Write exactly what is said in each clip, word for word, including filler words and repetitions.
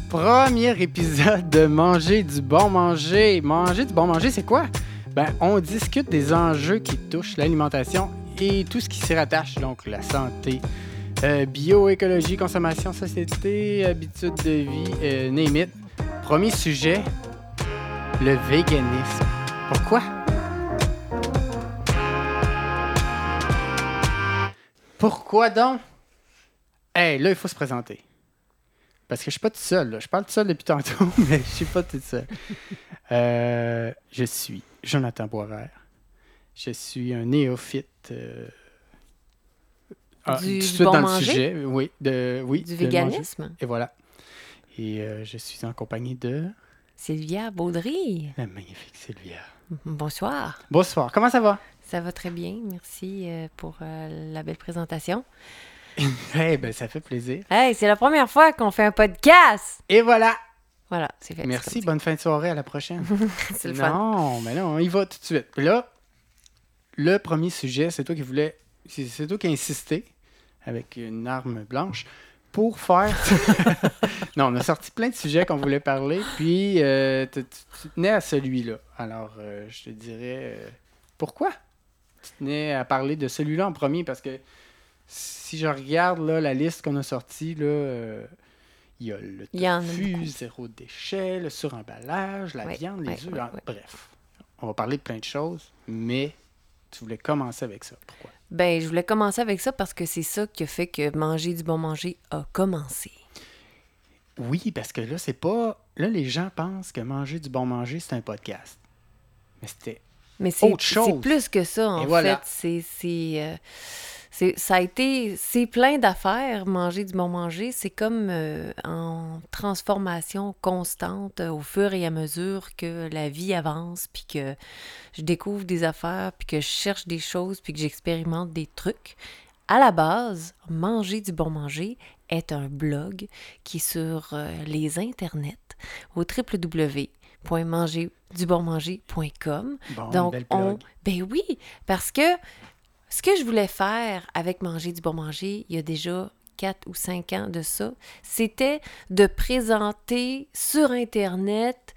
Premier épisode de Manger du bon manger. Manger du bon manger, c'est quoi? Ben, on discute des enjeux qui touchent l'alimentation et tout ce qui s'y rattache, donc la santé, euh, bioécologie, consommation, société, habitudes de vie, euh, name it. Premier sujet, le véganisme. Pourquoi? Pourquoi donc? Hey, là, il faut se présenter. Parce que je suis pas tout seul, là. Je parle tout seul depuis tantôt, mais je suis pas tout seul. Euh, je suis Jonathan Boisvert. Je suis un néophyte. Euh... Ah, Du, tout de du suite bon dans manger? le sujet. Oui, de, oui, Du de véganisme? manger. Et voilà. Et euh, je suis en compagnie de Sylvia Baudry. la magnifique Sylvia. Bonsoir. Bonsoir. Comment ça va? Ça va très bien. Merci euh, pour euh, la belle présentation. Eh ben, ça fait plaisir. Hey, c'est la première fois qu'on fait un podcast! Et voilà. Voilà, c'est fait. Merci. C'est Bonne fin de soirée. À la prochaine. c'est le fun. Non, mais non, on y va tout de suite. Puis là, le premier sujet, c'est toi qui voulais, c'est, c'est toi qui as insisté avec une arme blanche pour faire. Non, on a sorti plein de sujets qu'on voulait parler, puis euh, tu, tu- tu tenais à celui-là. Alors, euh, je te dirais euh, pourquoi tu tenais à parler de celui-là en premier, parce que si je regarde là, la liste qu'on a sortie, là, euh, il y a le Il y en a tofu, beaucoup. zéro déchet, le suremballage, la Ouais, viande, les ouais, œufs, ouais, en- ouais. bref. On va parler de plein de choses, mais tu voulais commencer avec ça. Pourquoi? Ben, je voulais commencer avec ça parce que c'est ça qui a fait que Manger du bon manger a commencé. Oui, parce que là, c'est pas... Là, les gens pensent que manger du bon manger, c'est un podcast. Mais c'était... Mais c'est, Autre chose. c'est plus que ça, en Et voilà. fait. C'est, c'est, euh, c'est, ça a été... C'est plein d'affaires, manger du bon manger. C'est comme euh, en transformation constante euh, au fur et à mesure que la vie avance, puis que je découvre des affaires, puis que je cherche des choses, puis que j'expérimente des trucs. À la base, Manger du bon manger est un blog qui est sur euh, les internets au w w w point manger du bon manger point com. Bon, une Donc, belle on... plug. Ben oui, parce que ce que je voulais faire avec Manger du bon manger, il y a déjà quatre ou cinq ans de ça, c'était de présenter sur Internet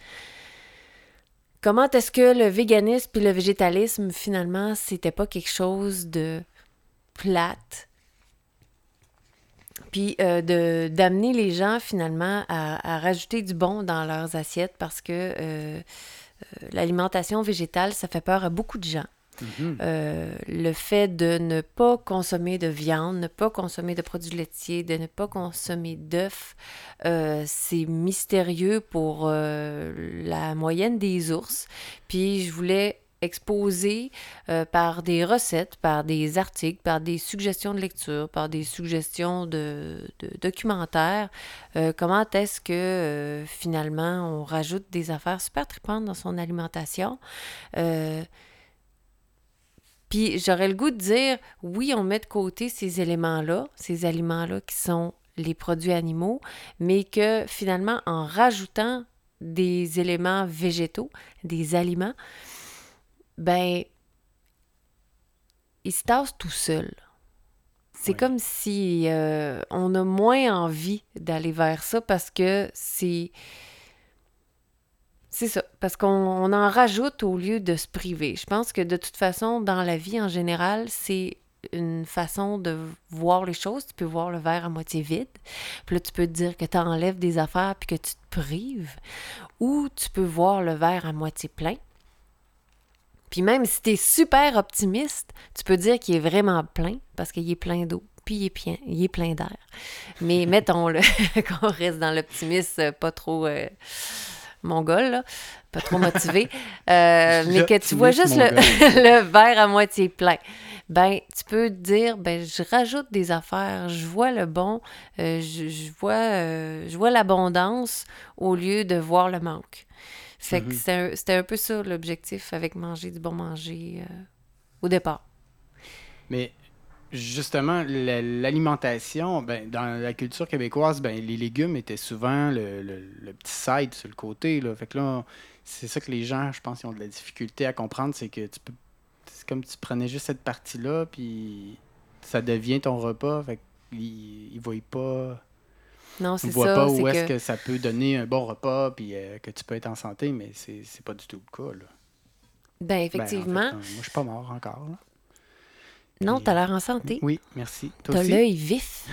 comment est-ce que le véganisme et le végétalisme, finalement, c'était pas quelque chose de plate. Puis euh, de, d'amener les gens, finalement, à, à rajouter du bon dans leurs assiettes parce que euh, euh, l'alimentation végétale, ça fait peur à beaucoup de gens. Mhm. Euh, le fait de ne pas consommer de viande, ne pas consommer de produits laitiers, de ne pas consommer d'œufs, euh, c'est mystérieux pour euh, la moyenne des ours. Puis je voulais exposer euh, par des recettes, par des articles, par des suggestions de lecture, par des suggestions de, de documentaires, euh, comment est-ce que euh, finalement on rajoute des affaires super tripantes dans son alimentation. Euh, Puis j'aurais le goût de dire, oui, on met de côté ces éléments-là, ces aliments-là qui sont les produits animaux, mais que finalement, en rajoutant des éléments végétaux, des aliments, ben, ils se tassent tout seuls. C'est Oui. comme si euh, on a moins envie d'aller vers ça parce que c'est... C'est ça, parce qu'on on en rajoute au lieu de se priver. Je pense que de toute façon, dans la vie en général, c'est une façon de voir les choses. Tu peux voir le verre à moitié vide, puis là, tu peux te dire que tu enlèves des affaires puis que tu te prives, ou tu peux voir le verre à moitié plein. Puis même si tu es super optimiste, tu peux dire qu'il est vraiment plein parce qu'il est plein d'eau, puis il est plein, il est plein d'air. Mais mettons-le, qu'on reste dans l'optimisme, pas trop... euh, mongol, là, pas trop motivé, euh, mais que tu vois juste le, le verre à moitié plein. Ben, tu peux te dire, ben, je rajoute des affaires, je vois le bon, euh, je, je vois, euh, je vois l'abondance au lieu de voir le manque. Fait que Mhm. c'était un, c'était un peu ça l'objectif avec Manger du bon manger euh, au départ. Mais justement, la- l'alimentation, ben, dans la culture québécoise, ben, les légumes étaient souvent le, le- le petit side sur le côté, là. Fait que là, c'est ça que les gens, je pense, ils ont de la difficulté à comprendre, c'est que tu peux. C'est comme tu prenais juste cette partie-là, puis ça devient ton repas. Fait qu'ils ils voient pas. Non, On c'est voit ça. pas C'est où est-ce que... que ça peut donner un bon repas puis euh, que tu peux être en santé, mais c'est, c'est pas du tout le cas, là. Ben, Ben, en fait, effectivement. non, moi, je suis pas mort encore, là. Non, Puis, t'as euh, l'air en santé. oui, merci. Toi T'as aussi? l'œil vif.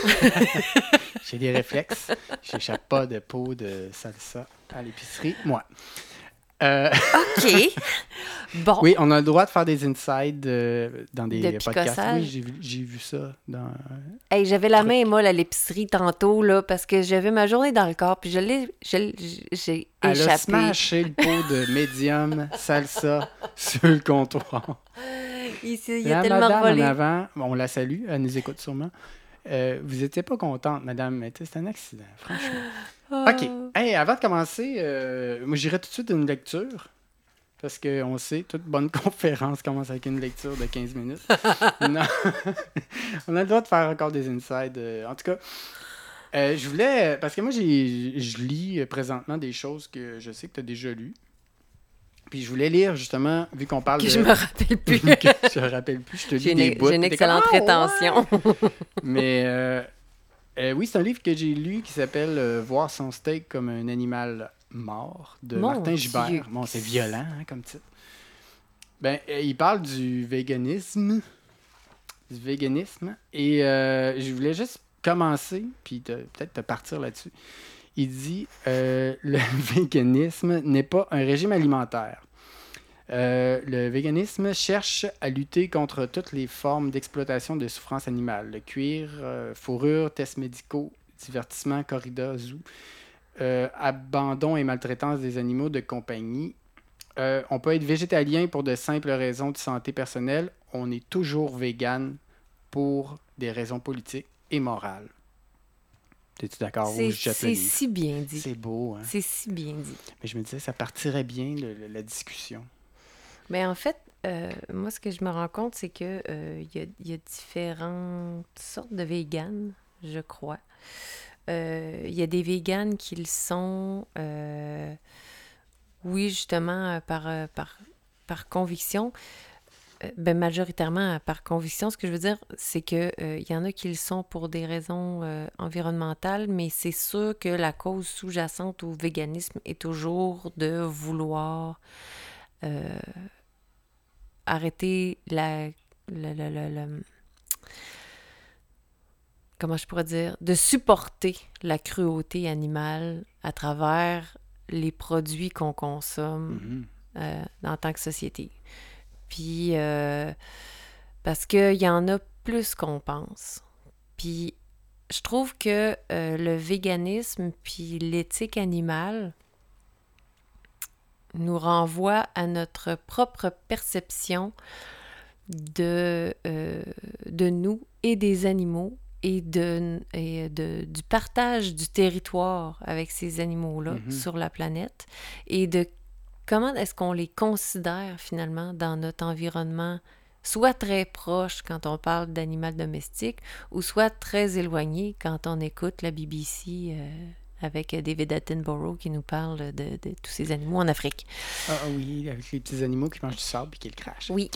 J'ai des réflexes. J'échappe pas de pot de salsa à l'épicerie, moi. Euh, OK. Bon. oui, on a le droit de faire des insides euh, dans De des podcasts. Oui, picossage. j'ai vu, j'ai vu ça dans... Hey, j'avais la Truc. main molle à l'épicerie tantôt, là, parce que j'avais ma journée dans le corps, puis je l'ai, je l'ai- j'ai Elle a échappé. smashé le pot de médium salsa sur le comptoir. Il, s'est- il a La tellement madame volé. en avant, bon, on la salue, elle nous écoute sûrement. Euh, vous n'étiez pas contente, madame, mais tu sais, c'est un accident, franchement. Ah. OK. Hey, avant de commencer, euh, moi, j'irai tout de suite à une lecture. Parce qu'on sait, toute bonne conférence commence avec une lecture de quinze minutes. Non. On a le droit de faire encore des insides. euh, en tout cas, euh, je voulais... Parce que moi, j'ai, je lis euh, présentement des choses que je sais que tu as déjà lues. Puis je voulais lire, justement, vu qu'on parle Que de... je me rappelle plus. que je me rappelle plus, je te lis J'ai des une, bouts. j'ai une puis t'es comme, excellente Ah, ouais! rétention. Mais euh, euh, oui, c'est un livre que j'ai lu qui s'appelle euh, Voir son steak comme un animal mort de Mon Martin Dieu. Gibert. Bon, c'est violent hein, comme titre. Ben, euh, il parle du véganisme. Du véganisme. Et euh, je voulais juste commencer, puis te- peut-être te partir là-dessus. Il dit euh, le véganisme n'est pas un régime alimentaire. Euh, le véganisme cherche à lutter contre toutes les formes d'exploitation de souffrance animale. Le cuir, euh, fourrure, tests médicaux, divertissement, corrida, zoo, euh, abandon et maltraitance des animaux de compagnie. Euh, on peut être végétalien pour de simples raisons de santé personnelle. On est toujours vegan pour des raisons politiques et morales. Es-tu d'accord? C'est, Ou je jette le c'est livre? si bien dit. C'est beau, hein? C'est si bien dit. Mais je me disais, ça partirait bien, le- le- la discussion. Mais en fait, euh, moi, ce que je me rends compte, c'est que euh, il y a, il y a différentes sortes de véganes, je crois. Euh, Il y a des véganes qui le sont, euh, oui, justement, euh, par, euh, par, par conviction. Euh, ben, majoritairement euh, par conviction. Ce que je veux dire, c'est que euh, il y en a qui le sont pour des raisons euh, environnementales, mais c'est sûr que la cause sous-jacente au véganisme est toujours de vouloir euh, arrêter la, la, la, la- la- comment je pourrais dire, de supporter la cruauté animale à travers les produits qu'on consomme Mhm. euh, en tant que société. Puis, euh, parce qu'il y en a plus qu'on pense. Puis, je trouve que euh, le véganisme puis l'éthique animale nous renvoie à notre propre perception de, euh, de nous et des animaux et, de, et de, du partage du territoire avec ces animaux-là Mhm. sur la planète et de comment est-ce qu'on les considère finalement dans notre environnement, soit très proche quand on parle d'animal domestique ou soit très éloigné quand on écoute la B B C euh, avec David Attenborough qui nous parle de, de tous ces animaux en Afrique. Ah ah oui, avec les petits animaux qui mangent du sable et qui le crachent. Oui.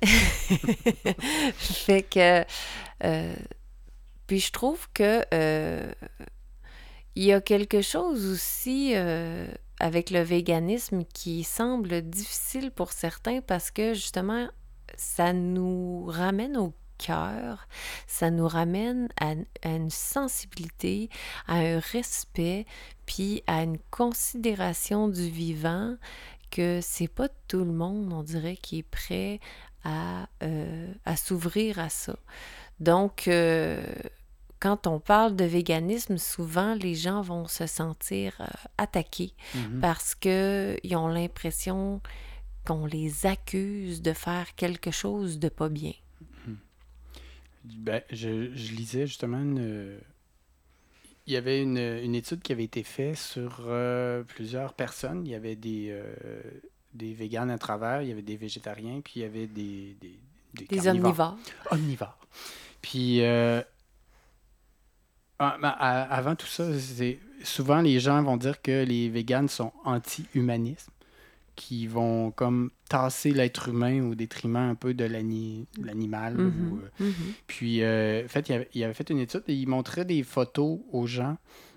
Fait que... euh, puis je trouve que euh, il y a quelque chose aussi euh, avec le véganisme qui semble difficile pour certains parce que justement, ça nous ramène au cœur, ça nous ramène à, à une sensibilité, à un respect, puis à une considération du vivant que c'est pas tout le monde, on dirait, qui est prêt à, euh, à s'ouvrir à ça. Donc, euh, quand on parle de véganisme, souvent les gens vont se sentir euh, attaqués Mhm. parce qu'ils ont l'impression qu'on les accuse de faire quelque chose de pas bien. Ben, je, je lisais justement une... Il y avait une, une étude qui avait été faite sur euh, plusieurs personnes. Il y avait des, euh, des véganes à travers, il y avait des végétariens, puis il y avait des, des, des Des carnivores. omnivores. Omnivores. Puis, euh, ah, ben, à- avant tout ça, c'est, souvent les gens vont dire que les véganes sont anti-humanisme. qui vont comme tasser l'être humain au détriment un peu de l'ani- l'animal. Mhm, ou, euh, mhm. Puis, euh, en fait, il avait, il avait fait une étude et il montrait des photos aux gens,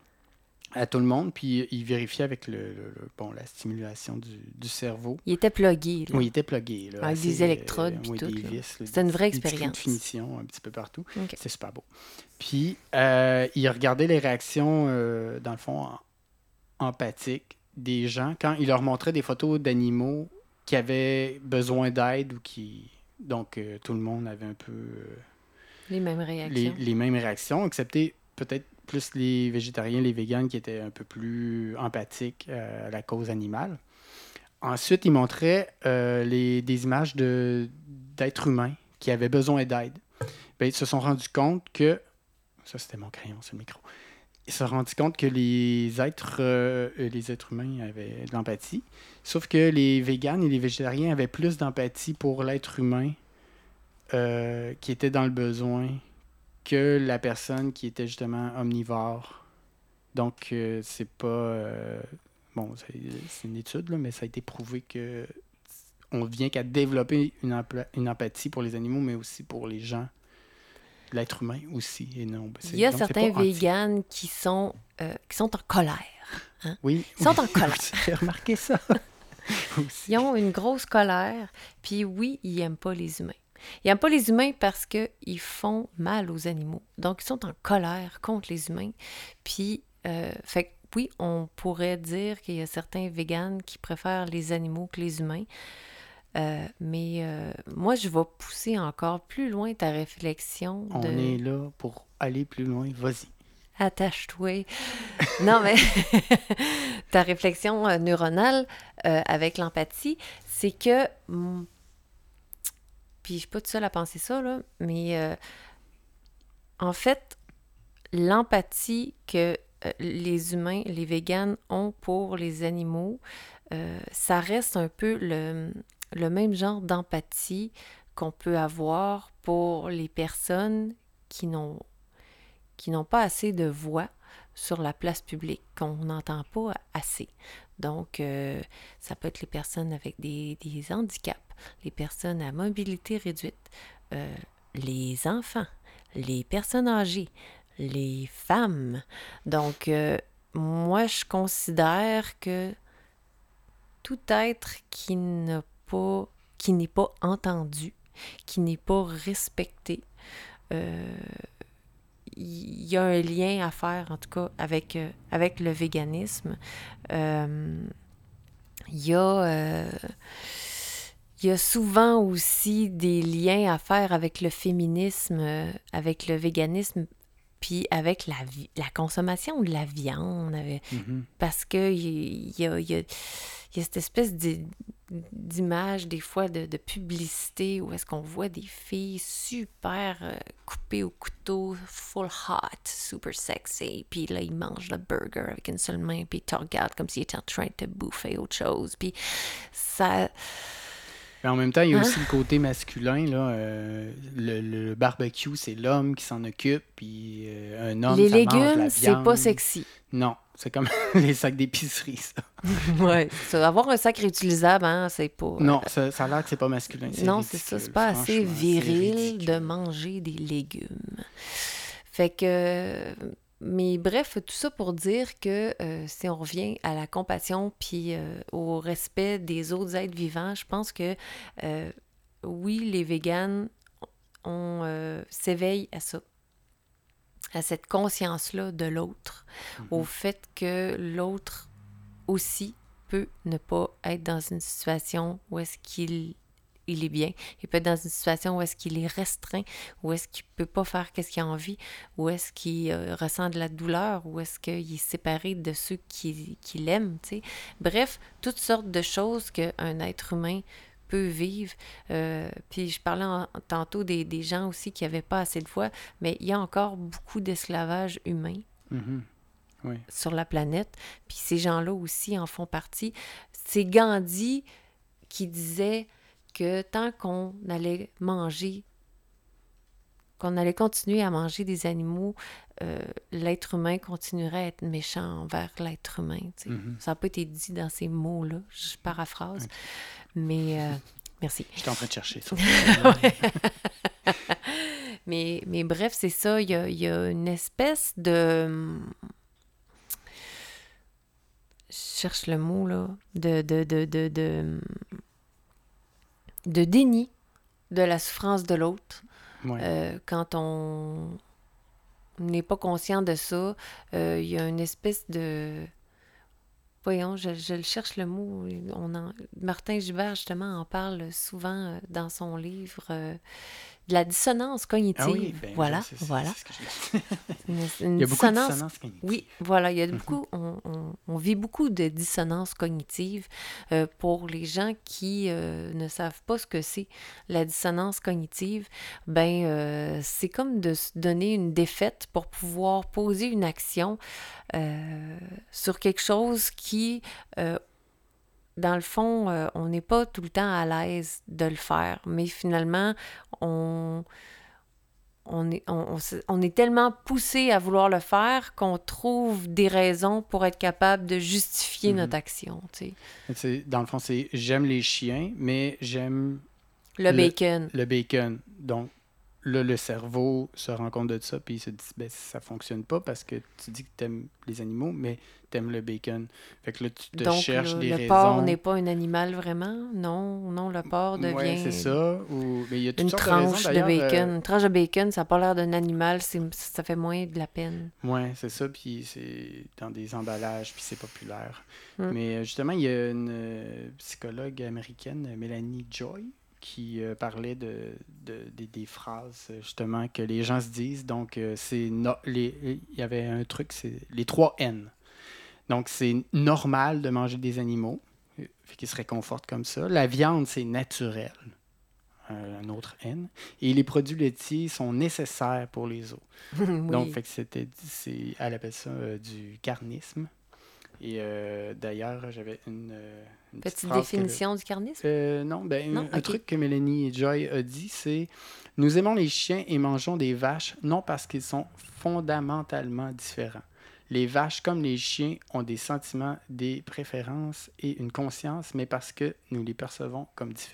à tout le monde, puis il vérifiait avec le, le- le- bon, la stimulation du, du cerveau. Il était plugué, là, Oui, il était plugué. Là, avec assez, des électrodes euh, puis oui, tout, des là. vis, là, C'était des, une vraie des petits clous de expérience. finition un petit peu partout. OK. C'était super beau. Puis, euh, il regardait les réactions, euh, dans le fond, en- empathiques des gens quand il leur montrait des photos d'animaux qui avaient besoin d'aide ou qui... Donc, euh, tout le monde avait un peu euh, Les mêmes les, réactions. les mêmes réactions, excepté peut-être plus les végétariens, les véganes qui étaient un peu plus empathiques euh, à la cause animale. Ensuite, il montrait euh, les, des images de, d'êtres humains qui avaient besoin d'aide. Ben, ils se sont rendus compte que... Ça, c'était mon crayon, c'est le micro. Ils se sont rendus compte que les êtres, euh, les êtres humains avaient de l'empathie, sauf que les véganes et les végétariens avaient plus d'empathie pour l'être humain euh, qui était dans le besoin que la personne qui était justement omnivore. Donc, euh, c'est pas... euh, bon, c'est, c'est une étude, là, mais ça a été prouvé que on vient qu'à développer une, empla- une empathie pour les animaux, mais aussi pour les gens, l'être humain aussi. Et non, ben, c'est, Il y a donc, c'est certains pas anti. véganes qui sont, euh, qui sont en colère. Oui, Ils sont oui, en colère. j'ai remarqué ça aussi. Ils ont une grosse colère. Puis oui, ils n'aiment pas les humains. Ils n'aiment pas les humains parce qu'ils font mal aux animaux. Donc, ils sont en colère contre les humains. Puis, euh, fait que oui, on pourrait dire qu'il y a certains véganes qui préfèrent les animaux que les humains. Euh, mais euh, moi, je vais pousser encore plus loin ta réflexion On de... est là pour aller plus loin. Vas-y. Attache-toi. Non, mais ta réflexion euh, neuronale euh, avec l'empathie, c'est que... mm, Puis je suis pas toute seule à penser ça, là, mais euh, en fait, l'empathie que euh, les humains, les véganes ont pour les animaux, euh, ça reste un peu le, le même genre d'empathie qu'on peut avoir pour les personnes qui n'ont qui n'ont pas assez de voix sur la place publique, qu'on n'entend pas assez. Donc, euh, ça peut être les personnes avec des, des handicaps, les personnes à mobilité réduite, euh, les enfants, les personnes âgées, les femmes. Donc, euh, moi, je considère que tout être qui n'a pas, qui n'est pas entendu, qui n'est pas respecté, euh, il y a un lien à faire, en tout cas, avec, euh, avec le véganisme. Euh, il y a... euh, il y a souvent aussi des liens à faire avec le féminisme, euh, avec le véganisme, puis avec la, vi- la consommation de la viande. avec- Mhm. Parce que il y a, il y a- il y a cette espèce d'i- d'image, des fois, de, de publicité où est-ce qu'on voit des filles super euh, coupées au couteau, full hot, super sexy, puis là, ils mangent le burger avec une seule main, puis ils te regardent comme s'ils étaient en train de te bouffer autre chose. Puis ça... Mais en même temps, il y a Hein? aussi le côté masculin. Là, euh, le, le barbecue, c'est l'homme qui s'en occupe, puis euh, un homme, Les ça mange la légumes, c'est pas viande. sexy. Non, c'est comme les sacs d'épicerie, ça. Ouais, ça. Avoir un sac réutilisable, hein, c'est pas... euh, Non, ça, ça a l'air que c'est pas masculin. C'est non, c'est ça, ridicule, c'est pas assez franchement, c'est viril ridicule. de manger des légumes. Fait que... Mais bref, tout ça pour dire que euh, si on revient à la compassion puis euh, au respect des autres êtres vivants, je pense que euh, oui, les véganes, on euh, s'éveille à ça, à cette conscience-là de l'autre, au Mhm. fait que l'autre aussi peut ne pas être dans une situation où est-ce qu'il il est bien. Il peut être dans une situation où est-ce qu'il est restreint, où est-ce qu'il peut pas faire ce qu'il a envie, où est-ce qu'il euh, ressent de la douleur, où est-ce qu'il est séparé de ceux qui, qui l'aiment, tu sais. Bref, toutes sortes de choses qu'un être humain peut vivre. Euh, puis je parlais en, tantôt des, des gens aussi qui n'avaient pas assez de voix, mais il y a encore beaucoup d'esclavage humain Mhm. Oui. sur la planète, puis ces gens-là aussi en font partie. C'est Gandhi qui disait que tant qu'on allait manger qu'on allait continuer à manger des animaux, euh, l'être humain continuerait à être méchant envers l'être humain. Tu sais. Mhm. Ça n'a pas été dit dans ces mots-là, je paraphrase. Ok. Mais euh, merci. J'étais en train de chercher ça. mais, mais bref, c'est ça. Il y a, il y a une espèce de... Je cherche le mot, là. De, de, de, de, de, de déni de la souffrance de l'autre. Ouais. Euh, quand on n'est pas conscient de ça, euh, il y a une espèce de... Voyons, je, je le cherche le mot. On en... Martin Gibert, justement, en parle souvent euh, dans son livre euh, de la dissonance cognitive. Ah oui, ben, voilà, c'est, c'est, voilà. c'est ce que je dis. Une, une Il y a beaucoup de dissonance... dissonance cognitive. Oui, voilà, il y a Mhm. beaucoup... On, on, on vit beaucoup de dissonance cognitive. Euh, pour les gens qui euh, ne savent pas ce que c'est la dissonance cognitive, ben euh, c'est comme de se donner une défaite pour pouvoir poser une action euh, sur quelque chose qui, euh, dans le fond, euh, on n'est pas tout le temps à l'aise de le faire. Mais finalement, on, on, est, on, on, se- on est tellement poussé à vouloir le faire qu'on trouve des raisons pour être capable de justifier Mhm. notre action. Tu sais. Mais tu sais, dans le fond, c'est j'aime les chiens, mais j'aime Le Le- bacon. le bacon. Donc, là, le cerveau se rend compte de ça, puis il se dit, ben, ça fonctionne pas parce que tu dis que t'aimes les animaux, mais t'aimes le bacon. Fait que là, tu te Donc, cherches le, des le raisons. porc n'est pas un animal vraiment. Non, non, le porc devient Ouais, c'est ça. Ou... Mais il y a toutes une sortes de raisons, tranche de d'ailleurs. bacon. euh, Une tranche de bacon, ça n'a pas l'air d'un animal, c'est, ça fait moins de la peine. Ouais, c'est ça, puis c'est dans des emballages, puis c'est populaire. Mm. Mais euh, justement, il y a une euh, psychologue américaine, Mélanie Joy, qui euh, parlait de, de- des- des phrases, euh, justement, que les gens se disent. Donc, euh, c'est no- les, il y avait un truc, c'est les trois N. Donc, c'est normal de manger des animaux, euh, fait qu'ils se réconfortent comme ça. La viande, c'est naturel, un, un autre N. Et les produits laitiers sont nécessaires pour les os. Donc, Oui. fait que c'était, c'est, elle appelle ça euh, du carnisme. Et euh, d'ailleurs, j'avais une, euh, une petite Petite phrase que le- définition du carnisme? Euh, non, ben, Non? un, un Ok. truc que Mélanie Joy a dit, c'est « Nous aimons les chiens et mangeons des vaches, non parce qu'ils sont fondamentalement différents. Les vaches, comme les chiens, ont des sentiments, des préférences et une conscience, mais parce que nous les percevons comme différents. »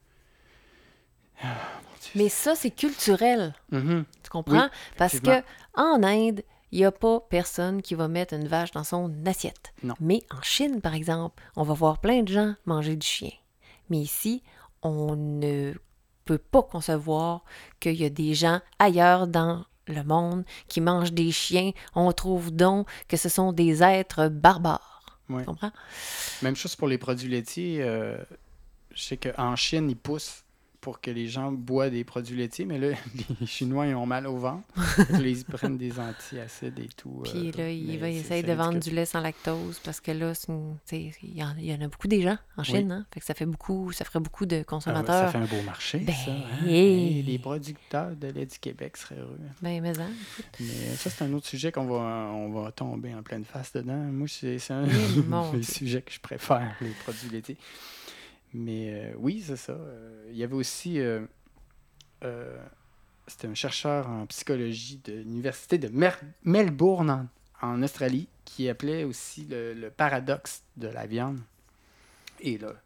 Ah, mon Dieu. Mais ça, c'est culturel. Mhm. Tu comprends? Oui, Parce que effectivement. en Inde, il n'y a pas personne qui va mettre une vache dans son assiette. Non. Mais en Chine, par exemple, on va voir plein de gens manger du chien. Mais ici, on ne peut pas concevoir qu'il y a des gens ailleurs dans le monde qui mangent des chiens. On trouve donc que ce sont des êtres barbares. Ouais. Tu comprends? Même chose pour les produits laitiers. euh, je sais qu'en Chine, ils poussent pour que les gens boivent des produits laitiers, mais là, les Chinois, ils ont mal au ventre. Fait que là, ils prennent des antiacides et tout. Puis euh, là, il mais va c'est- essayer c'est de vendre ridicule. du lait sans lactose parce que là, c'est une- tu sais, il y, en, il y en a beaucoup des gens en Chine, hein? Fait que ça fait beaucoup, ça ferait beaucoup de Ah ouais, ça consommateurs. fait un beau marché, Ben, ça. hein? hey. Hey, les producteurs de lait du Québec seraient heureux. Ben, mais hein. Mais euh, ça, c'est un autre sujet qu'on va, on va tomber en pleine face dedans. Moi, c'est, c'est un Eh, mon des Dieu. sujets que je préfère, les produits laitiers. Mais euh, oui, c'est ça. Euh, il y avait aussi... euh, euh, c'était un chercheur en psychologie de l'université de Mer- Melbourne, en, en Australie, qui appelait aussi le, le paradoxe de la viande. Et là,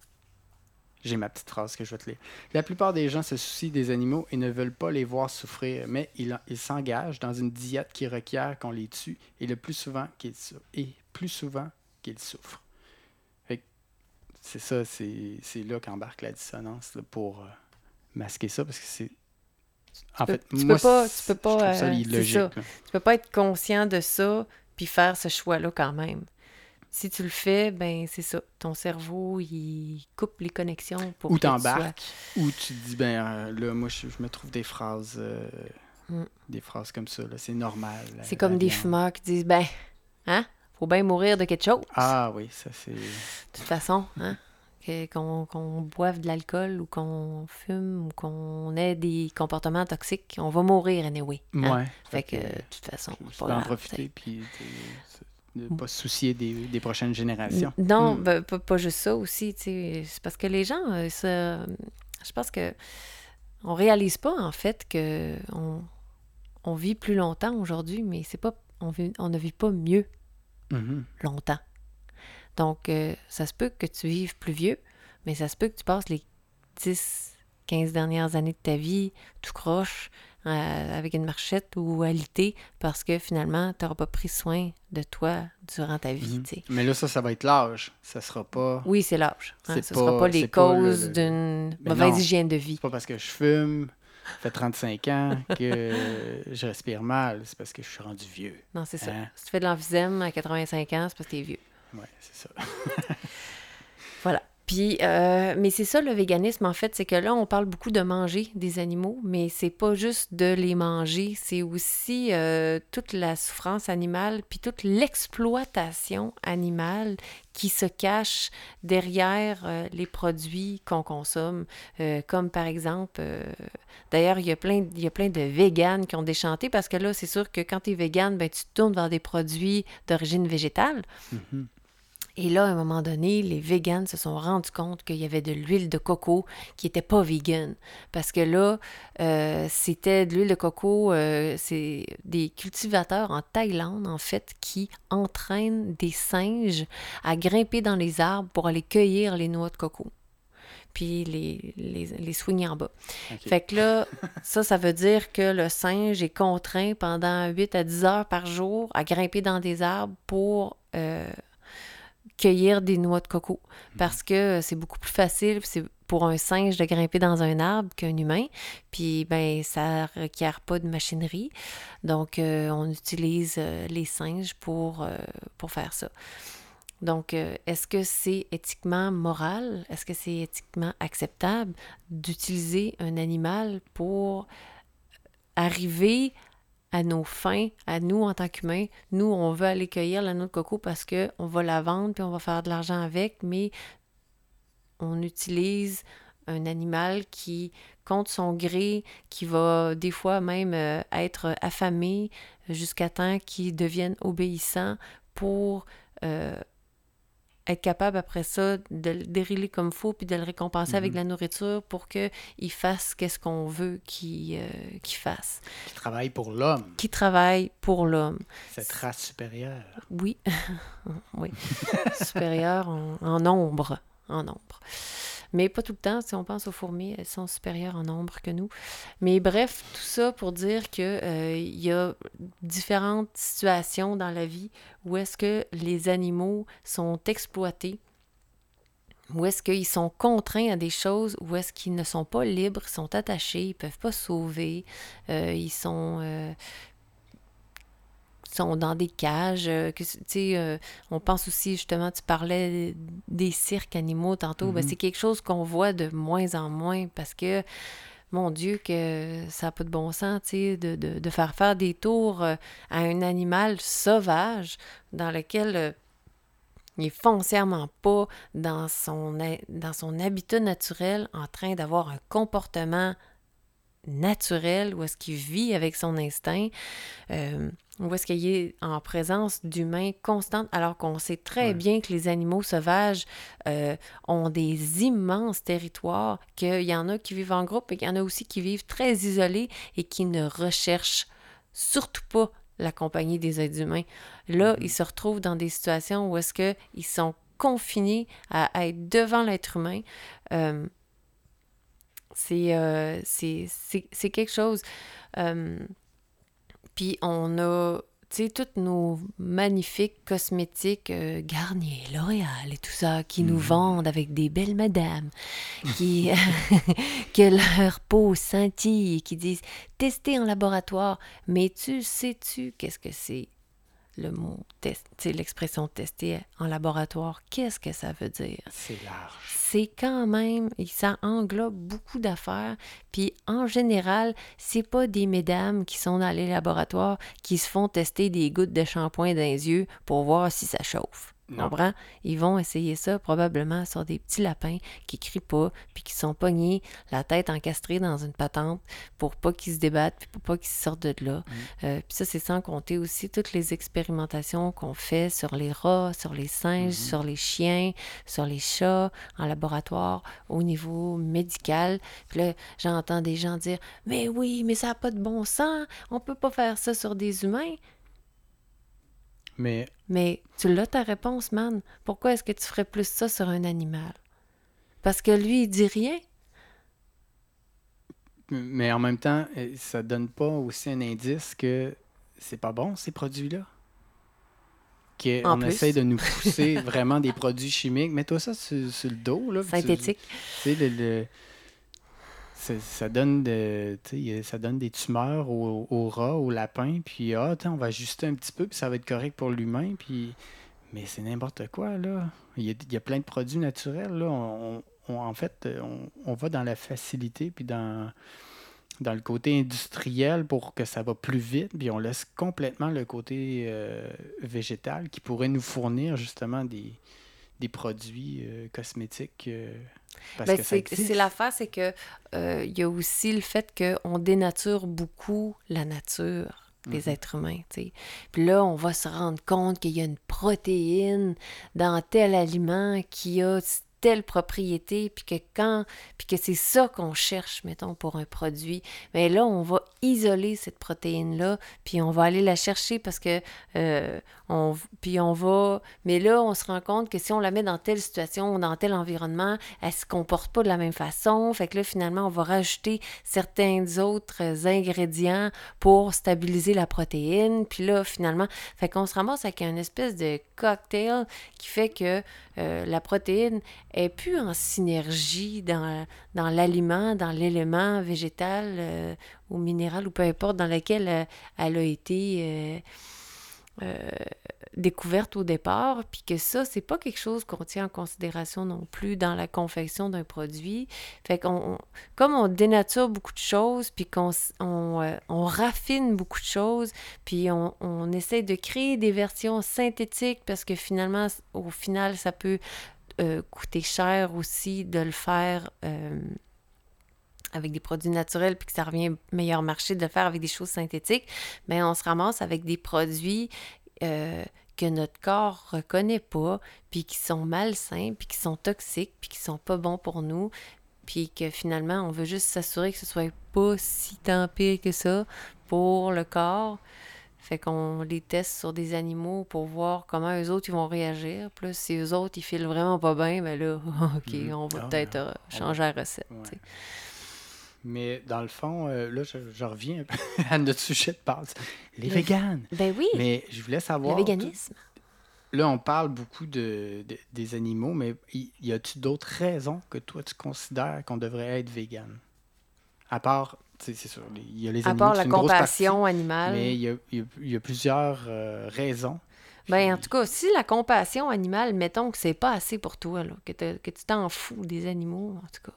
j'ai ma petite phrase que je vais te lire. La plupart des gens se soucient des animaux et ne veulent pas les voir souffrir, mais ils, ils s'engagent dans une diète qui requiert qu'on les tue et le plus souvent qu'ils sou- et plus souvent qu'ils souffrent. Fait que c'est ça, c'est, c'est là qu'embarque la dissonance là, pour euh, masquer ça, parce que c'est en peux- fait, tu moi, peux pas- tu c'est- peux pas, je trouve ça euh, c'est illogique. ça. là. Tu peux pas être conscient de ça puis faire ce choix-là quand même. Si tu le fais, ben c'est ça. Ton cerveau, il coupe les connexions pour Ou que tu sois... t'embarques, ou tu te dis, ben euh, là, moi, je, je me trouve des phrases, euh, Mm. des phrases comme ça, là, c'est normal. la- C'est la comme des viande. fumeurs qui disent, ben, hein, faut bien mourir de quelque chose. Ah oui, ça c'est... De toute façon, hein, que- qu'on, qu'on boive de l'alcool ou qu'on fume ou qu'on ait des comportements toxiques, on va mourir anyway. Hein? Ouais. Fait que, de toute façon, tu c'est peux pas en grave, profiter, t'sais. puis de ne pas se soucier des, des prochaines générations. N- Non, Hmm. ben, pas, pas juste ça aussi, tu sais. C'est parce que les gens, euh, ça, je pense que on réalise pas, en fait, que on, on vit plus longtemps aujourd'hui, mais c'est pas on, vit, on ne vit pas mieux Mhm. longtemps. Donc, euh, ça se peut que tu vives plus vieux, mais ça se peut que tu passes les dix, quinze dernières années de ta vie tout croche, euh, avec une marchette ou alité, parce que finalement, tu n'auras pas pris soin de toi durant ta vie. Mhm. tu sais. Mais là, ça, ça va être l'âge. Ça sera pas... Oui, c'est l'âge. Hein, C'est ce ne sera pas pas, les c'est pas le, causes le- d'une Mais mauvaise non, hygiène de vie. c'est pas parce que je fume, ça fait trente-cinq ans, que je respire mal. C'est parce que je suis rendu vieux. Non, c'est ça. Hein? Si tu fais de l'emphysème à quatre-vingt-cinq ans, c'est parce que t'es vieux. Ouais, c'est ça. Voilà. Puis, euh, mais c'est ça le véganisme, en fait, c'est que là, on parle beaucoup de manger des animaux, mais c'est pas juste de les manger, c'est aussi euh, toute la souffrance animale, puis toute l'exploitation animale qui se cache derrière euh, les produits qu'on consomme, euh, comme par exemple, euh, d'ailleurs, il y a plein, il y a plein de véganes qui ont déchanté, parce que là, c'est sûr que quand tu es végane, ben, tu te tournes vers des produits d'origine végétale. Mhm. Et là, à un moment donné, les véganes se sont rendus compte qu'il y avait de l'huile de coco qui n'était pas végane. Parce que là, euh, c'était de l'huile de coco, euh, c'est des cultivateurs en Thaïlande, en fait, qui entraînent des singes à grimper dans les arbres pour aller cueillir les noix de coco. Puis les, les, les soigner en bas. OK. Fait que là, ça, ça veut dire que le singe est contraint pendant huit à dix heures par jour à grimper dans des arbres pour... Euh, cueillir des noix de coco parce que c'est beaucoup plus facile c'est pour un singe de grimper dans un arbre qu'un humain, puis ben ça requiert pas de machinerie, donc euh, on utilise euh, les singes pour, euh, pour faire ça. Donc, euh, est-ce que c'est éthiquement moral? Est-ce que c'est éthiquement acceptable d'utiliser un animal pour arriver à nos fins, à nous en tant qu'humains? Nous, on veut aller cueillir la noix de coco parce qu'on va la vendre puis on va faire de l'argent avec, mais on utilise un animal qui, contre son gré, qui va des fois même euh, être affamé jusqu'à temps qu'il devienne obéissant pour euh, être capable après ça de le dériler comme il faut puis de le récompenser mm-hmm. avec de la nourriture pour qu'il fasse qu'est-ce qu'on veut qu'il, euh, qu'il fasse. Qui travaille pour l'homme. Qui travaille pour l'homme. Cette race supérieure. Oui. oui. Supérieure en, en nombre. En nombre. Mais pas tout le temps. Si on pense aux fourmis, elles sont supérieures en nombre que nous. Mais bref, tout ça pour dire qu'il euh, y a différentes situations dans la vie où est-ce que les animaux sont exploités, où est-ce qu'ils sont contraints à des choses, où est-ce qu'ils ne sont pas libres, ils sont attachés, ils ne peuvent pas se sauver, euh, ils sont... Euh, sont dans des cages, euh, que, tu sais, euh, on pense aussi, justement, tu parlais des cirques animaux tantôt, mm-hmm. ben, c'est quelque chose qu'on voit de moins en moins parce que, mon Dieu, que ça n'a pas de bon sens, tu sais, de, de, de faire faire des tours euh, à un animal sauvage dans lequel euh, il n'est foncièrement pas dans son, dans son habitat naturel en train d'avoir un comportement naturel, où est-ce qu'il vit avec son instinct, euh, où est-ce qu'il est en présence d'humains constantes, alors qu'on sait très ouais. bien que les animaux sauvages euh, ont des immenses territoires, qu'il y en a qui vivent en groupe et qu'il y en a aussi qui vivent très isolés et qui ne recherchent surtout pas la compagnie des êtres humains. Là, mm-hmm. ils se retrouvent dans des situations où est-ce qu'ils sont confinés à, à être devant l'être humain. Euh, C'est, euh, c'est, c'est, c'est quelque chose. Euh, puis on a, tu sais, tous nos magnifiques cosmétiques euh, Garnier, L'Oréal et tout ça, qui mmh. nous vendent avec des belles madames, qui que leur peau scintille et qui disent « tester en laboratoire ». Mais tu sais-tu qu'est-ce que c'est? Le mot test, tu sais, l'expression tester en laboratoire, qu'est-ce que ça veut dire? C'est large. C'est quand même, ça englobe beaucoup d'affaires. Puis en général, c'est pas des mesdames qui sont dans les laboratoires qui se font tester des gouttes de shampoing dans les yeux pour voir si ça chauffe. Non. Comprends? Ils vont essayer ça probablement sur des petits lapins qui crient pas, puis qui sont pognés, la tête encastrée dans une patente pour pas qu'ils se débattent, puis pour pas qu'ils sortent de là. Mm. Euh, puis ça, c'est sans compter aussi toutes les expérimentations qu'on fait sur les rats, sur les singes, Mhm. sur les chiens, sur les chats, en laboratoire, au niveau médical. Puis là, j'entends des gens dire « Mais oui, mais ça n'a pas de bon sens, on peut pas faire ça sur des humains. » Mais, Mais tu l'as ta réponse, man. Pourquoi est-ce que tu ferais plus ça sur un animal? Parce que lui, il dit rien. mais en même temps, euh, ça donne pas aussi un indice que c'est pas bon, ces produits-là? En Qu'on essaye plus, de nous pousser vraiment des produits chimiques. Mets-toi ça sur, sur le dos, là. puis tu tu synthétique. sais, le, le- ça, ça donne de, tu sais, y a- ça donne des tumeurs aux, aux rats, aux lapins, puis ah, attends, on va ajuster un petit peu, puis ça va être correct pour l'humain, puis... Mais c'est n'importe quoi, là. Il y a, il y a plein de produits naturels, là. On, on- en fait, on, on va dans la facilité, puis dans, dans le côté industriel pour que ça va plus vite, puis on laisse complètement le côté euh, végétal qui pourrait nous fournir justement des, des produits euh, cosmétiques euh, parce Ben, que ça c'est, c'est existe. l'affaire, c'est que euh, il y a aussi le fait qu'on dénature beaucoup la nature, les Mhm. êtres humains, tu sais. Puis là, on va se rendre compte qu'il y a une protéine dans tel aliment qui a telle propriété, puis que quand, puis que c'est ça qu'on cherche, mettons, pour un produit. Mais là, on va isoler cette protéine-là, puis on va aller la chercher parce que, euh, on, puis on va, mais là, on se rend compte que si on la met dans telle situation, dans tel environnement, elle se comporte pas de la même façon. Fait que là, finalement, on va rajouter certains autres ingrédients pour stabiliser la protéine. Puis là, finalement, fait qu'on se ramasse avec une espèce de cocktail qui fait que euh, la protéine est plus en synergie dans, dans l'aliment, dans l'élément végétal euh, ou minéral ou peu importe dans lequel euh, elle a été euh, euh, découverte au départ, puis que ça, c'est pas quelque chose qu'on tient en considération non plus dans la confection d'un produit. Fait qu'on, on- comme on dénature beaucoup de choses, puis qu'on s- on, euh, on raffine beaucoup de choses, puis on, on essaie de créer des versions synthétiques parce que finalement, au final, ça peut euh, coûter cher aussi de le faire euh, avec des produits naturels, puis que ça revient meilleur marché de le faire avec des choses synthétiques, mais on se ramasse avec des produits euh, que notre corps reconnaît pas, puis qui sont malsains, puis qui sont toxiques, puis qui sont pas bons pour nous, puis que finalement, on veut juste s'assurer que ce soit pas si tant pire que ça pour le corps. Fait qu'on les teste sur des animaux pour voir comment eux autres ils vont réagir. Puis là, si eux autres ils filent vraiment pas bien, ben là, OK, Mhm. on va Ah, peut-être ben, euh, on changer va. la recette. Ouais. Tu sais. Mais dans le fond, euh, là, je, je reviens un peu à notre sujet de base. Les Le... véganes. Ben oui, Mais je voulais le savoir, tout- véganisme. là, on parle beaucoup de, de- des animaux, mais y, y a-tu d'autres raisons que toi, tu considères qu'on devrait être végane? À part, tu sais, c'est sûr, les- il y a les À animaux part qui la sont une grosse partie, compassion mais animale. il y a, il y a- il y a plusieurs euh, raisons. Ben en Puis, tout cas, si la compassion animale, mettons que c'est pas assez pour toi, là, que, t'as- que tu t'en fous des animaux, en tout cas,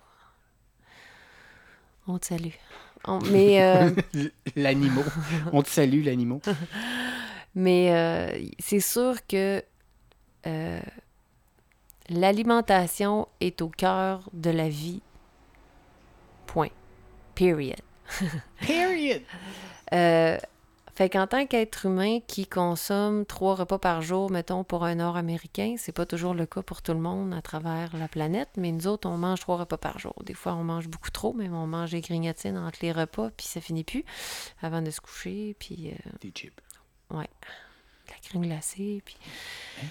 on te salue. On- mais euh, l'animal. On te salue, l'animal. mais euh, c'est sûr que euh, l'alimentation est au cœur de la vie. Point. Period. Period! Euh, fait qu'en tant qu'être humain qui consomme trois repas par jour, mettons pour un Nord-Américain, c'est pas toujours le cas pour tout le monde à travers la planète, mais nous autres, on mange trois repas par jour. Des fois, on mange beaucoup trop, mais on mange des grignotines entre les repas, puis ça finit plus avant de se coucher, puis euh, Des chips. ouais, la crème glacée, puis... Hein?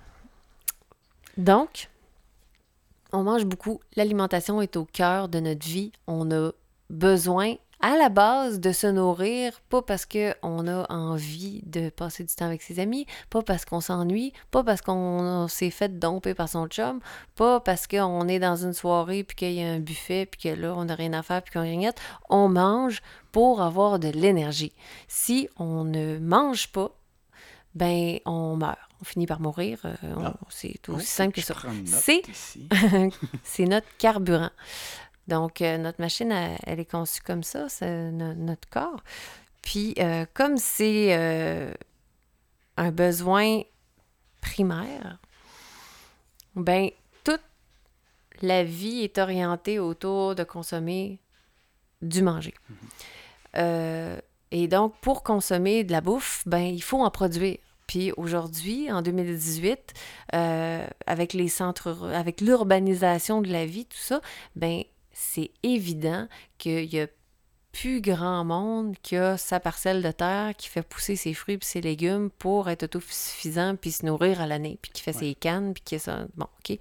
Donc, on mange beaucoup. L'alimentation est au cœur de notre vie. On a besoin, à la base, de se nourrir, pas parce qu'on a envie de passer du temps avec ses amis, pas parce qu'on s'ennuie, pas parce qu'on s'est fait domper par son chum, pas parce qu'on est dans une soirée puis qu'il y a un buffet puis que là, on n'a rien à faire puis qu'on grignote. On mange pour avoir de l'énergie. Si on ne mange pas, ben on meurt. On finit par mourir. Euh, on- Ah. c'est Oh, aussi simple que je ça. prends une note C'est ici. c'est notre carburant. Donc, euh, notre machine, elle, elle est conçue comme ça, c'est no- notre corps. Puis, euh, comme c'est euh, un besoin primaire, ben toute la vie est orientée autour de consommer du manger. Mm-hmm. Euh, et donc, pour consommer de la bouffe, ben il faut en produire. Puis aujourd'hui, en deux mille dix-huit, euh, avec les centres, avec l'urbanisation de la vie, tout ça, ben c'est évident qu'il y a plus grand monde qui a sa parcelle de terre, qui fait pousser ses fruits et ses légumes pour être autosuffisant puis se nourrir à l'année, puis qui fait ouais. ses cannes, puis qui a ça. Bon, OK,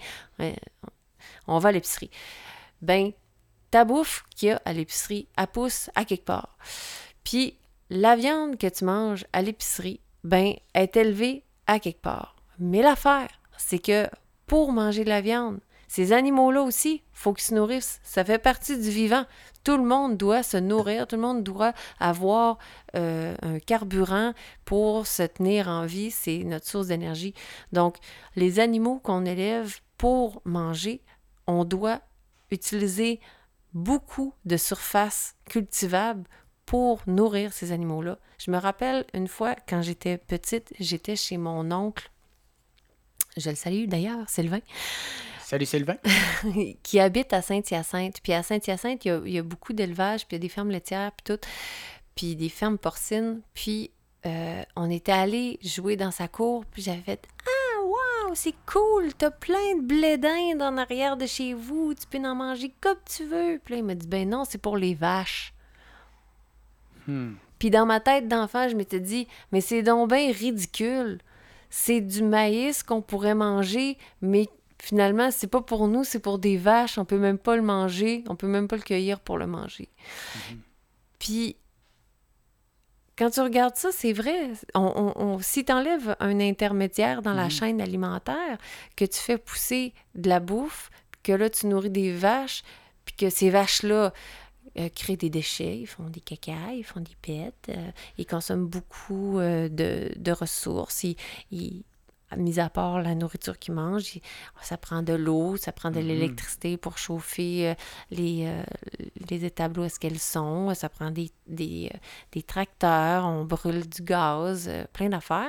on va à l'épicerie. Ben, ta bouffe qu'il y a à l'épicerie, elle pousse à quelque part. Puis la viande que tu manges à l'épicerie, ben, est élevée à quelque part. Mais l'affaire, c'est que pour manger de la viande, ces animaux-là aussi, il faut qu'ils se nourrissent. Ça fait partie du vivant. Tout le monde doit se nourrir, tout le monde doit avoir euh, un carburant pour se tenir en vie. C'est notre source d'énergie. Donc, les animaux qu'on élève pour manger, on doit utiliser beaucoup de surfaces cultivables pour nourrir ces animaux-là. Je me rappelle une fois, quand j'étais petite, j'étais chez mon oncle, je le salue d'ailleurs, Sylvain. Salut Sylvain. Qui habite à Saint-Hyacinthe. Puis à Saint-Hyacinthe, il y a, il y a beaucoup d'élevage, puis il y a des fermes laitières, puis tout, puis des fermes porcines. Puis euh, on était allés jouer dans sa cour, puis j'avais fait « Ah, wow, c'est cool, t'as plein de blé d'Inde en arrière de chez vous, tu peux en manger comme tu veux. » Puis là, il m'a dit « Ben non, c'est pour les vaches. » Hmm. Puis dans ma tête d'enfant, je m'étais dit « Mais c'est donc bien ridicule. C'est du maïs qu'on pourrait manger, mais finalement, c'est pas pour nous, c'est pour des vaches. On peut même pas le manger. On peut même pas le cueillir pour le manger. Mm-hmm. » Puis, quand tu regardes ça, c'est vrai. On, on, on, si tu enlèves un intermédiaire dans mm-hmm. la chaîne alimentaire, que tu fais pousser de la bouffe, que là, tu nourris des vaches, puis que ces vaches-là euh, créent des déchets, ils font des caca, ils font des pets, euh, ils consomment beaucoup euh, de, de ressources, ils... ils mis à part la nourriture qu'ils mangent, ça prend de l'eau, ça prend de mm-hmm. l'électricité pour chauffer euh, les, euh, les étables où est-ce qu'elles sont, ça prend des, des, euh, des tracteurs, on brûle du gaz, euh, plein d'affaires.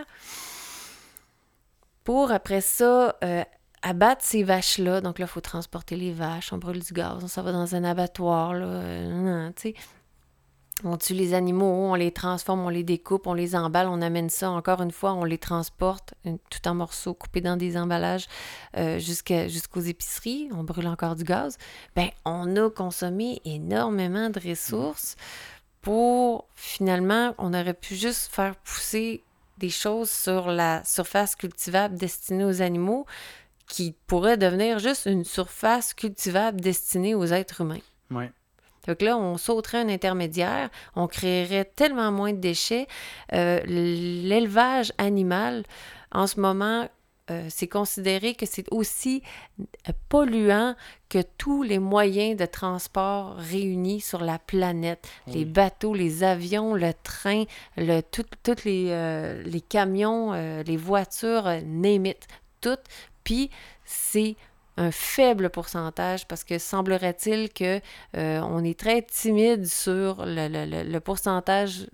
Pour, après ça, euh, abattre ces vaches-là, donc là, il faut transporter les vaches, on brûle du gaz, on s'en va dans un abattoir, là, euh, tu sais. On tue les animaux, on les transforme, on les découpe, on les emballe, on amène ça, encore une fois, on les transporte tout en morceaux, coupés dans des emballages euh, jusqu'à, jusqu'aux épiceries, on brûle encore du gaz. Bien, on a consommé énormément de ressources pour, finalement, on aurait pu juste faire pousser des choses sur la surface cultivable destinée aux animaux qui pourrait devenir juste une surface cultivable destinée aux êtres humains. Oui. Donc là, on sauterait un intermédiaire, on créerait tellement moins de déchets. Euh, l'élevage animal, en ce moment, euh, c'est considéré que c'est aussi polluant que tous les moyens de transport réunis sur la planète. Oui. Les bateaux, les avions, le train, le, tous les, euh, les camions, euh, les voitures, euh, name it, tout. Puis c'est un faible pourcentage parce que semblerait-il que euh, on est très timide sur le, le, le, le pourcentage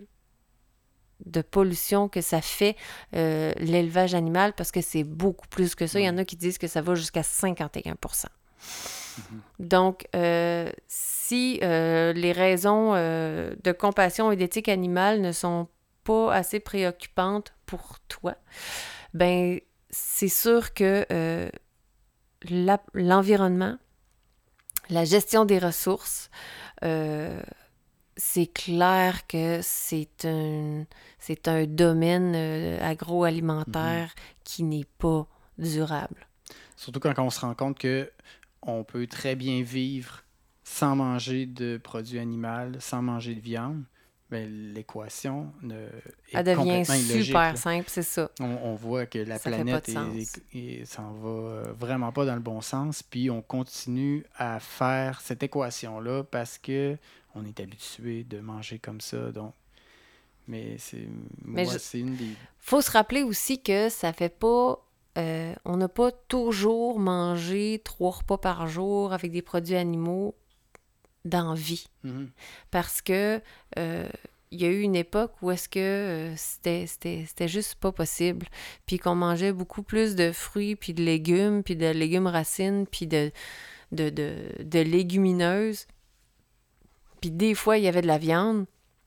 de pollution que ça fait euh, l'élevage animal parce que c'est beaucoup plus que ça. Il y en a qui disent que ça va jusqu'à cinquante et un pour cent. Mm-hmm. Donc, euh, si euh, les raisons euh, de compassion et d'éthique animale ne sont pas assez préoccupantes pour toi, ben c'est sûr que euh, La, l'environnement, la gestion des ressources, euh, c'est clair que c'est un, c'est un domaine euh, agroalimentaire mm-hmm. qui n'est pas durable. Surtout quand on se rend compte qu'on peut très bien vivre sans manger de produits animaux, sans manger de viande. Bien, l'équation ne, est Elle devient complètement illogique. Super simple, c'est ça. On, on voit que la ça planète est, est, s'en va vraiment pas dans le bon sens, puis on continue à faire cette équation-là parce que on est habitué de manger comme ça. Donc, mais c'est, mais moi, je... c'est une des... Faut se rappeler aussi que ça fait pas... Euh, on n'a pas toujours mangé trois repas par jour avec des produits animaux dans vie. Mm-hmm. Parce que... Euh, il y a eu une époque où est-ce que euh, c'était, c'était, c'était juste pas possible, puis qu'on mangeait beaucoup plus de fruits, puis de légumes, puis de légumes racines, puis de, de, de, de légumineuses. Puis des fois, il y avait de la viande.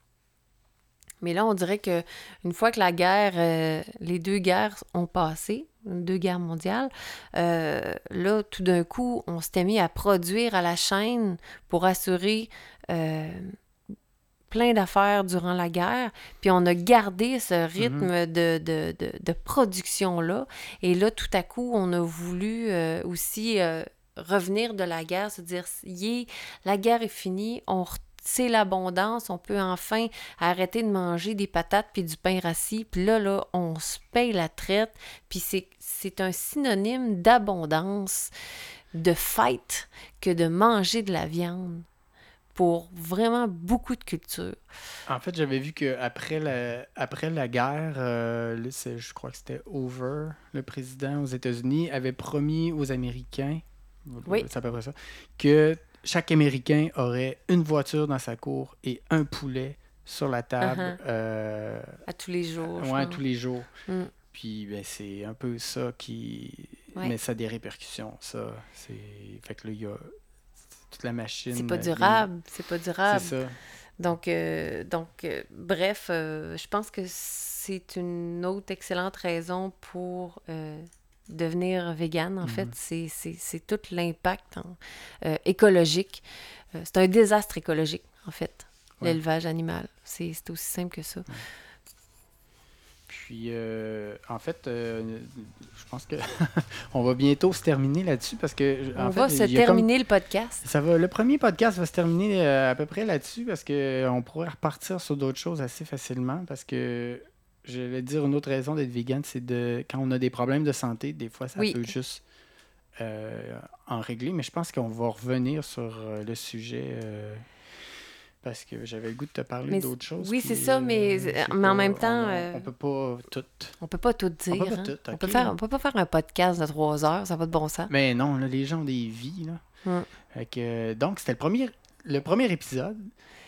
Mais là, on dirait que une fois que la guerre, euh, les deux guerres ont passé, deux guerres mondiales, euh, là, tout d'un coup, on s'était mis à produire à la chaîne pour assurer euh, plein d'affaires durant la guerre. Puis on a gardé ce rythme mm-hmm. de, de, de, de production-là. Et là, tout à coup, on a voulu euh, aussi euh, revenir de la guerre, se dire, yeah, la guerre est finie, on retourne. C'est l'abondance, on peut enfin arrêter de manger des patates puis du pain rassis. Puis là, là, on se paye la traite. Puis c'est, c'est un synonyme d'abondance, de fête, que de manger de la viande pour vraiment beaucoup de cultures. En fait, j'avais vu qu'après la, après la guerre, euh, là, c'est, je crois que c'était Hoover, le président aux États-Unis, avait promis aux Américains, oui. c'est à peu près ça, que chaque Américain aurait une voiture dans sa cour et un poulet sur la table. Uh-huh. Euh, à tous les jours. Ouais, tous les jours. Mm. Puis ben, c'est un peu ça qui... Ouais. Mais ça a des répercussions, ça. C'est... Fait que là, il y a toute la machine... C'est pas durable. Les... C'est pas durable. C'est ça. Donc, euh, donc euh, bref, euh, je pense que c'est une autre excellente raison pour... Euh, devenir végane, en mm-hmm. fait, c'est, c'est, c'est tout l'impact hein, euh, écologique. Euh, c'est un désastre écologique, en fait, ouais. l'élevage animal. C'est, c'est aussi simple que ça. Ouais. Puis, euh, en fait, euh, je pense que on va bientôt se terminer là-dessus parce que... En on fait, va se terminer comme... le podcast. Ça va, le premier podcast va se terminer euh, à peu près là-dessus parce qu'on pourrait repartir sur d'autres choses assez facilement parce que je vais te dire une autre raison d'être vegan, c'est de quand on a des problèmes de santé, des fois, ça oui. peut juste euh, en régler. Mais je pense qu'on va revenir sur euh, le sujet euh, parce que j'avais le goût de te parler mais d'autres choses. Oui, puis, c'est ça, mais, euh, mais pas, en même temps... On, euh, on peut pas tout... On peut pas tout dire. On peut pas hein? tout, okay. on, peut faire, on peut pas faire un podcast de trois heures, ça n'a pas de bon sens. Mais non, là, les gens ont des vies. Là. Hum. Fait que, donc, c'était le premier, le premier épisode.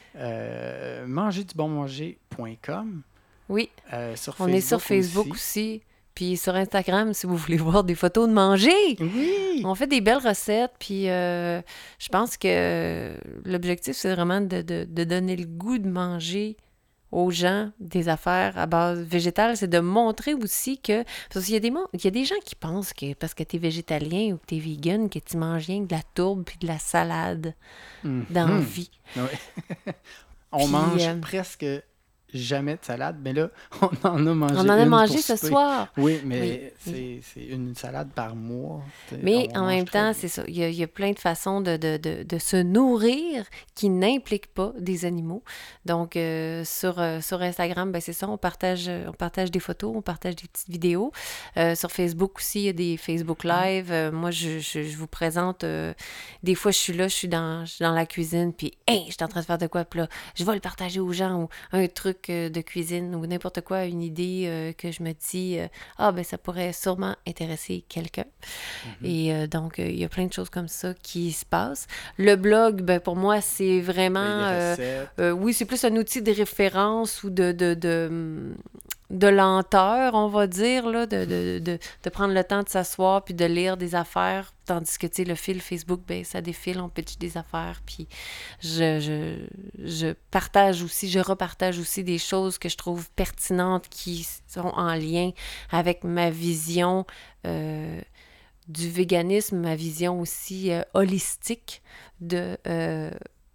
Euh, manger du bon manger point com. Oui, euh, sur on est sur Facebook aussi. aussi. Puis sur Instagram, si vous voulez voir des photos de manger. Oui! On fait des belles recettes. Puis euh, je pense que l'objectif, c'est vraiment de, de, de donner le goût de manger aux gens des affaires à base végétale. C'est de montrer aussi que... Parce qu'il y a des, il y a des gens qui pensent que parce que tu es végétalien ou que tu es vegan, que tu manges rien que de la tourbe puis de la salade mmh. dans la vie. Oui. On puis, mange euh, presque... jamais de salade, mais là, on en a mangé On en a une mangé ce souper. soir. Oui, mais oui. C'est, oui. c'est une salade par mois. Mais en même temps, c'est ça. Il y, a, il y a plein de façons de, de, de, de se nourrir qui n'impliquent pas des animaux. Donc, euh, sur, euh, sur Instagram, ben c'est ça, on partage, on partage des photos, on partage des petites vidéos. Euh, sur Facebook aussi, il y a des Facebook Live. Euh, moi, je, je, je vous présente... Euh, des fois, je suis là, je suis dans, je suis dans la cuisine, puis « Hey, je suis en train de faire de quoi? » Puis là, je vais le partager aux gens ou un truc de cuisine ou n'importe quoi, une idée euh, que je me dis euh, ah ben ça pourrait sûrement intéresser quelqu'un. Mm-hmm. Et euh, donc il euh, y a plein de choses comme ça qui se passent. Le blog, ben pour moi c'est vraiment euh, euh, oui, c'est plus un outil de référence ou de de, de, de lenteur, on va dire là, de, de, de, de prendre le temps de s'asseoir puis de lire des affaires. Tandis que, tu sais, le fil Facebook, ben ça défile, on pitch des affaires, puis je, je, je partage aussi, je repartage aussi des choses que je trouve pertinentes qui sont en lien avec ma vision euh, du véganisme, ma vision aussi euh, holistique de, euh,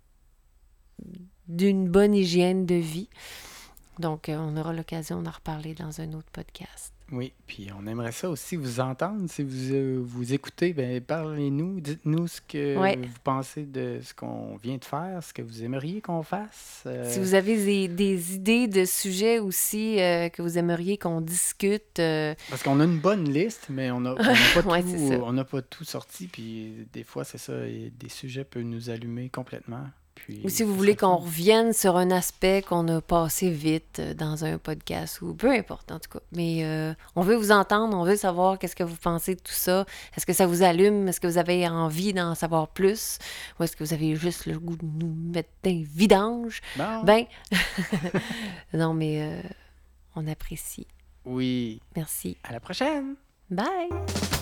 d'une bonne hygiène de vie. Donc, euh, on aura l'occasion d'en reparler dans un autre podcast. Oui, puis on aimerait ça aussi vous entendre. Si vous euh, vous écoutez, ben parlez-nous, dites-nous ce que ouais. vous pensez de ce qu'on vient de faire, ce que vous aimeriez qu'on fasse. Euh... Si vous avez des, des idées de sujets aussi euh, que vous aimeriez qu'on discute. Euh... Parce qu'on a une bonne liste, mais on n'a pas, ouais, tout, on n'a pas tout sorti, puis des fois, c'est ça, des sujets peuvent nous allumer complètement. Puis, Ou si vous ça voulez serait qu'on fun. revienne sur un aspect qu'on a passé vite euh, dans un podcast ou peu importe en tout cas. Mais euh, on veut vous entendre, on veut savoir qu'est-ce que vous pensez de tout ça. Est-ce que ça vous allume? Est-ce que vous avez envie d'en savoir plus? Ou est-ce que vous avez juste le goût de nous mettre d'un vidange? Bon. Ben, non mais euh, on apprécie. Oui. Merci. À la prochaine! Bye!